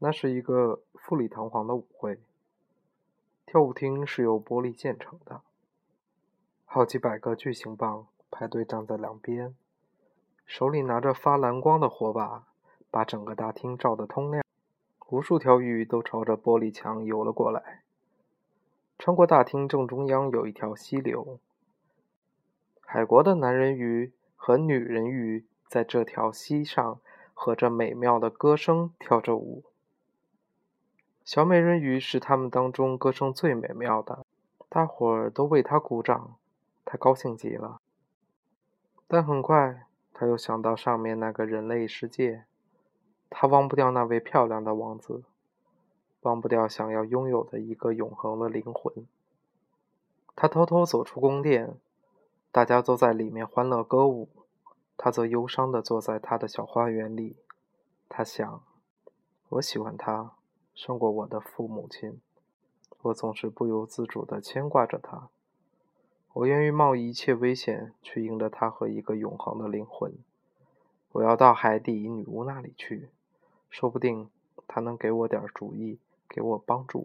那是一个富丽堂皇的舞会，跳舞厅是由玻璃建成的，好几百个巨型棒排队站在两边，手里拿着发蓝光的火把，把整个大厅照得通亮。无数条鱼都朝着玻璃墙游了过来。穿过大厅正中央有一条溪流，海国的男人鱼和女人鱼在这条溪上和着美妙的歌声跳着舞。小美人鱼是他们当中歌声最美妙的，大伙儿都为她鼓掌，她高兴极了。但很快，她又想到上面那个人类世界，她忘不掉那位漂亮的王子，忘不掉想要拥有的一个永恒的灵魂。她偷偷走出宫殿，大家都在里面欢乐歌舞，她则忧伤地坐在她的小花园里。她想，我喜欢他胜过我的父母亲，我总是不由自主地牵挂着他，我愿意冒一切危险去赢得他和一个永恒的灵魂。我要到海底女巫那里去，说不定她能给我点主意，给我帮助。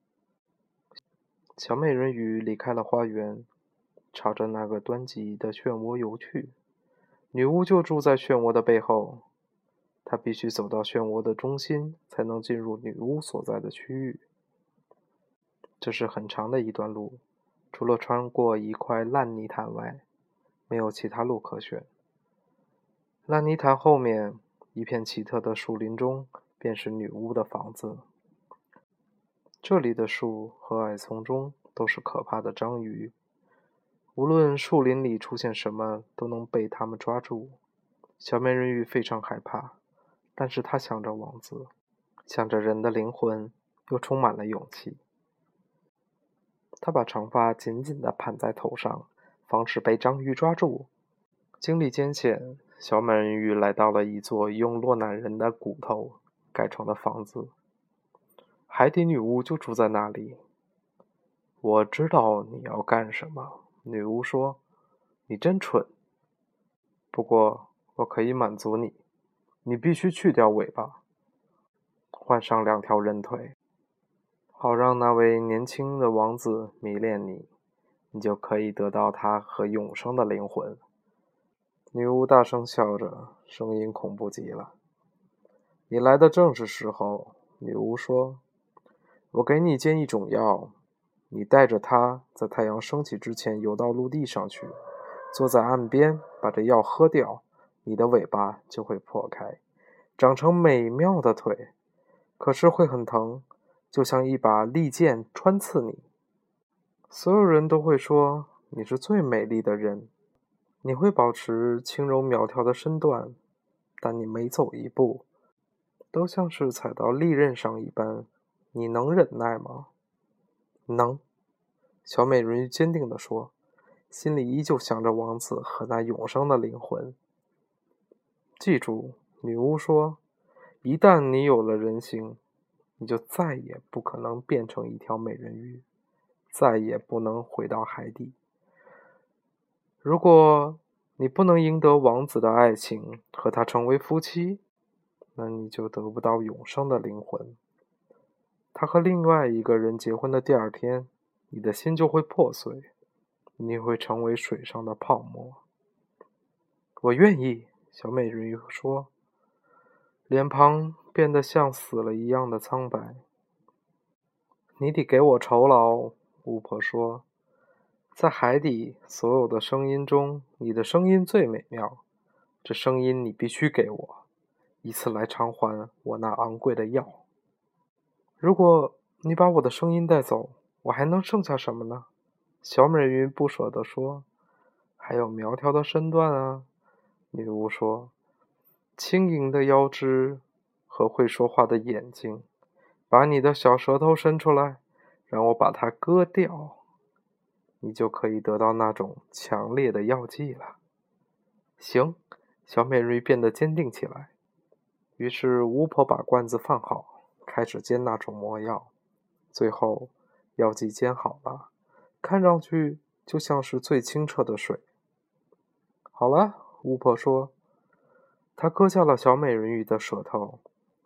小美人鱼离开了花园，朝着那个湍急的漩涡游去。女巫就住在漩涡的背后，她必须走到漩涡的中心，才能进入女巫所在的区域。这是很长的一段路，除了穿过一块烂泥潭外，没有其他路可选。烂泥潭后面，一片奇特的树林中，便是女巫的房子。这里的树和矮丛中都是可怕的章鱼，无论树林里出现什么，都能被它们抓住。小美人鱼非常害怕，但是她想着王子，想着人的灵魂，又充满了勇气。她把长发紧紧地盘在头上，防止被章鱼抓住。经历艰险，小美人鱼来到了一座用落难人的骨头盖成的房子。海底女巫就住在那里。我知道你要干什么，女巫说，你真蠢。不过我可以满足你，你必须去掉尾巴，换上2条人腿，好让那位年轻的王子迷恋你，你就可以得到他和永生的灵魂。女巫大声笑着，声音恐怖极了。你来的正是时候，女巫说，我给你煎一种药，你带着它在太阳升起之前游到陆地上去，坐在岸边把这药喝掉，你的尾巴就会破开，长成美妙的腿，可是会很疼，就像一把利剑穿刺你。所有人都会说你是最美丽的人，你会保持轻柔苗条的身段，但你每走一步都像是踩到利刃上一般，你能忍耐吗？能，小美人鱼坚定地说，心里依旧想着王子和那永生的灵魂。记住，女巫说，一旦你有了人形，你就再也不可能变成一条美人鱼，再也不能回到海底。如果你不能赢得王子的爱情，和他成为夫妻，那你就得不到永生的灵魂。他和另外一个人结婚的第2天，你的心就会破碎，你会成为水上的泡沫。我愿意，小美人鱼说，脸庞变得像死了一样的苍白。你得给我酬劳，巫婆说，在海底所有的声音中，你的声音最美妙，这声音你必须给我，以此来偿还我那昂贵的药。如果你把我的声音带走，我还能剩下什么呢？小美人鱼不舍地说，还有苗条的身段啊。女巫说，轻盈的腰肢和会说话的眼睛，把你的小舌头伸出来，让我把它割掉，你就可以得到那种强烈的药剂了。行，小美人鱼变得坚定起来。于是巫婆把罐子放好，开始煎那种魔药。最后药剂煎好了，看上去就像是最清澈的水。好了，巫婆说，她割下了小美人鱼的舌头，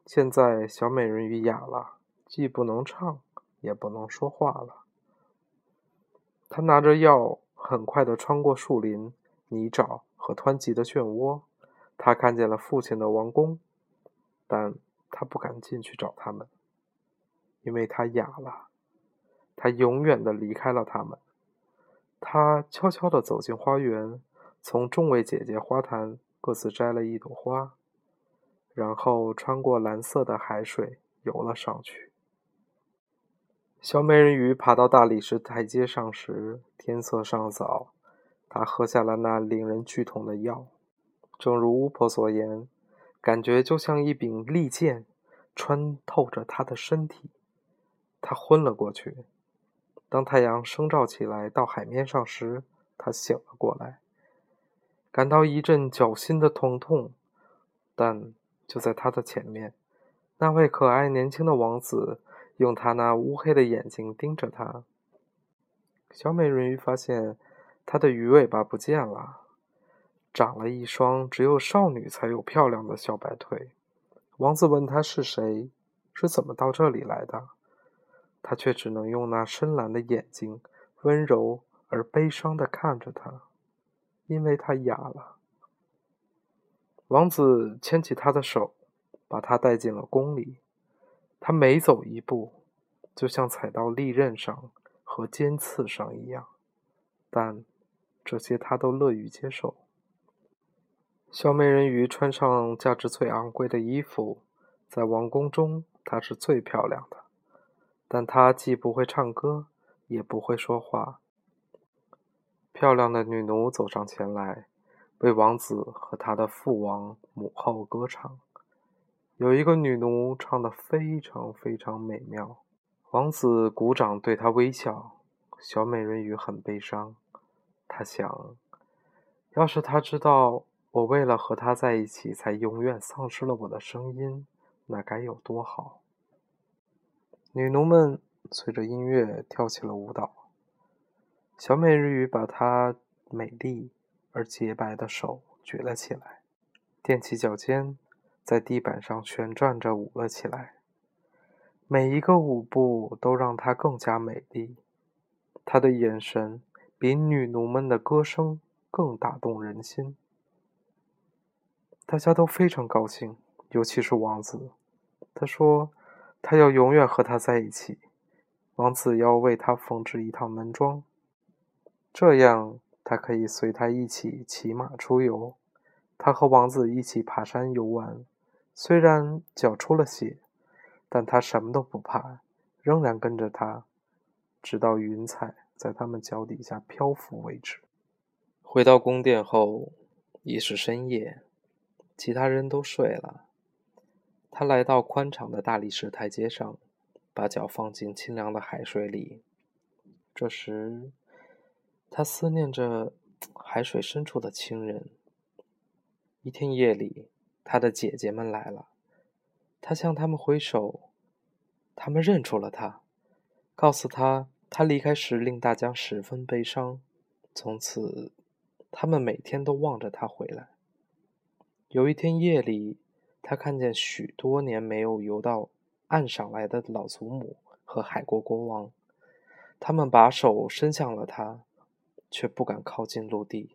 现在小美人鱼哑了，既不能唱，也不能说话了。她拿着药，很快地穿过树林、泥沼和湍急的漩涡。她看见了父亲的王宫，但她不敢进去找他们，因为她哑了。她永远地离开了他们。她悄悄地走进花园，从众位姐姐花坛各自摘了一朵花，然后穿过蓝色的海水游了上去。小美人鱼爬到大理石台阶上时，天色尚早。她喝下了那令人剧痛的药，正如巫婆所言，感觉就像一柄利剑穿透着她的身体。她昏了过去。当太阳升照起来到海面上时，她醒了过来，感到一阵绞心的疼痛。但就在她的前面，那位可爱年轻的王子用他那乌黑的眼睛盯着她。小美人鱼发现她的鱼尾巴不见了，长了一双只有少女才有漂亮的小白腿。王子问她是谁，是怎么到这里来的，她却只能用那深蓝的眼睛温柔而悲伤地看着他，因为她哑了。王子牵起她的手，把她带进了宫里。她每走一步，就像踩到利刃上和尖刺上一样，但这些她都乐于接受。小美人鱼穿上价值最昂贵的衣服，在王宫中她是最漂亮的，但她既不会唱歌，也不会说话。漂亮的女奴走上前来，为王子和他的父王母后歌唱。有一个女奴唱得非常非常美妙，王子鼓掌对她微笑。小美人鱼很悲伤，她想，要是她知道我为了和他在一起才永远丧失了我的声音，那该有多好。女奴们随着音乐跳起了舞蹈。小美人鱼把她美丽而洁白的手举了起来，踮起脚尖，在地板上旋转着舞了起来。每一个舞步都让她更加美丽。她的眼神比女奴们的歌声更打动人心。大家都非常高兴，尤其是王子。他说他要永远和她在一起。王子要为她缝制一套门装，这样他可以随他一起骑马出游。他和王子一起爬山游玩，虽然脚出了血，但他什么都不怕，仍然跟着他，直到云彩在他们脚底下漂浮为止。回到宫殿后，已是深夜，其他人都睡了。他来到宽敞的大理石台阶上，把脚放进清凉的海水里。这时他思念着海水深处的亲人。一天夜里，他的姐姐们来了，他向他们挥手，他们认出了他，告诉他他离开时令大家十分悲伤。从此他们每天都望着他回来。有一天夜里，他看见许多年没有游到岸上来的老祖母和海国国王，他们把手伸向了他，却不敢靠近陆地。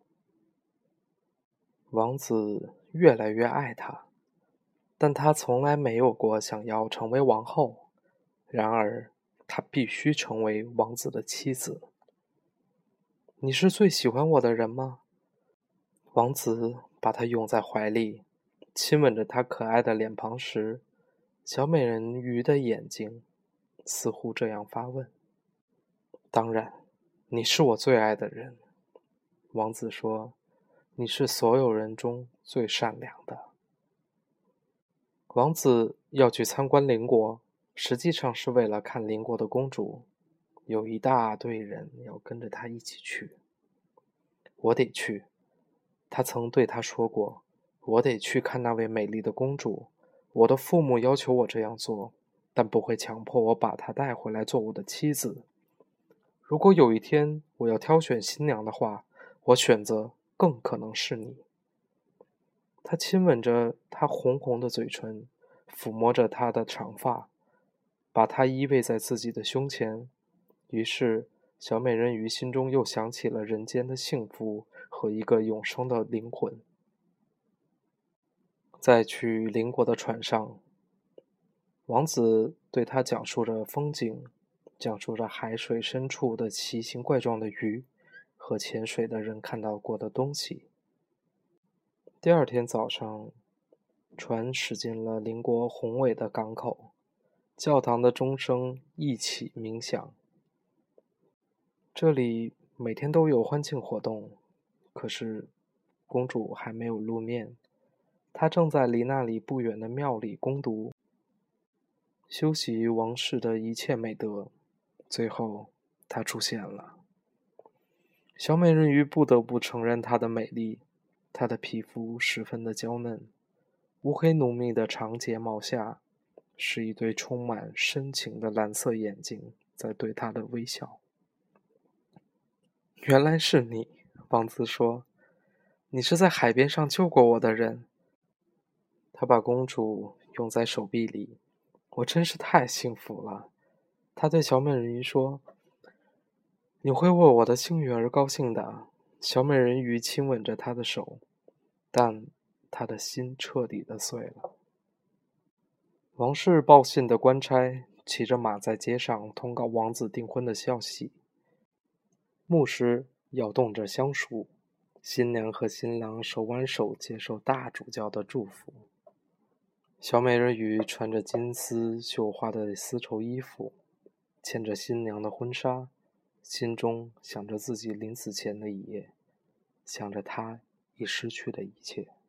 王子越来越爱她，但他从来没有过想要成为王后。然而他必须成为王子的妻子。你是最喜欢我的人吗？王子把她拥在怀里，亲吻着她可爱的脸庞时，小美人鱼的眼睛似乎这样发问。当然，你是我最爱的人。王子说，你是所有人中最善良的。王子要去参观邻国，实际上是为了看邻国的公主。有一大堆人要跟着他一起去。我得去，他曾对他说过，我得去看那位美丽的公主。我的父母要求我这样做，但不会强迫我把她带回来做我的妻子。如果有一天我要挑选新娘的话，我选择更可能是你。他亲吻着她红红的嘴唇， 抚摸着她的长发，把她依偎在自己的胸前。于是，小美人鱼心中又想起了人间的幸福和一个永生的灵魂。在去邻国的船上，王子对她讲述着风景，讲述着海水深处的奇形怪状的鱼和潜水的人看到过的东西。第二天早上，船驶进了邻国宏伟的港口，教堂的钟声一起鸣响。这里每天都有欢庆活动，可是公主还没有露面。她正在离那里不远的庙里攻读，修习王室的一切美德。最后，她出现了。小美人鱼不得不承认她的美丽。她的皮肤十分的娇嫩，乌黑浓密的长睫毛下，是一对充满深情的蓝色眼睛在对她的微笑。原来是你，王子说，你是在海边上救过我的人。他把公主拥在手臂里，我真是太幸福了。他对小美人鱼说，你会为我的幸运而高兴的。小美人鱼亲吻着他的手，但他的心彻底的碎了。王室报信的官差骑着马在街上通告王子订婚的消息。牧师摇动着香烛，新娘和新郎手挽手接受大主教的祝福。小美人鱼穿着金丝绣花的丝绸衣服，牵着新娘的婚纱，心中想着自己临死前的一夜，想着她已失去的一切。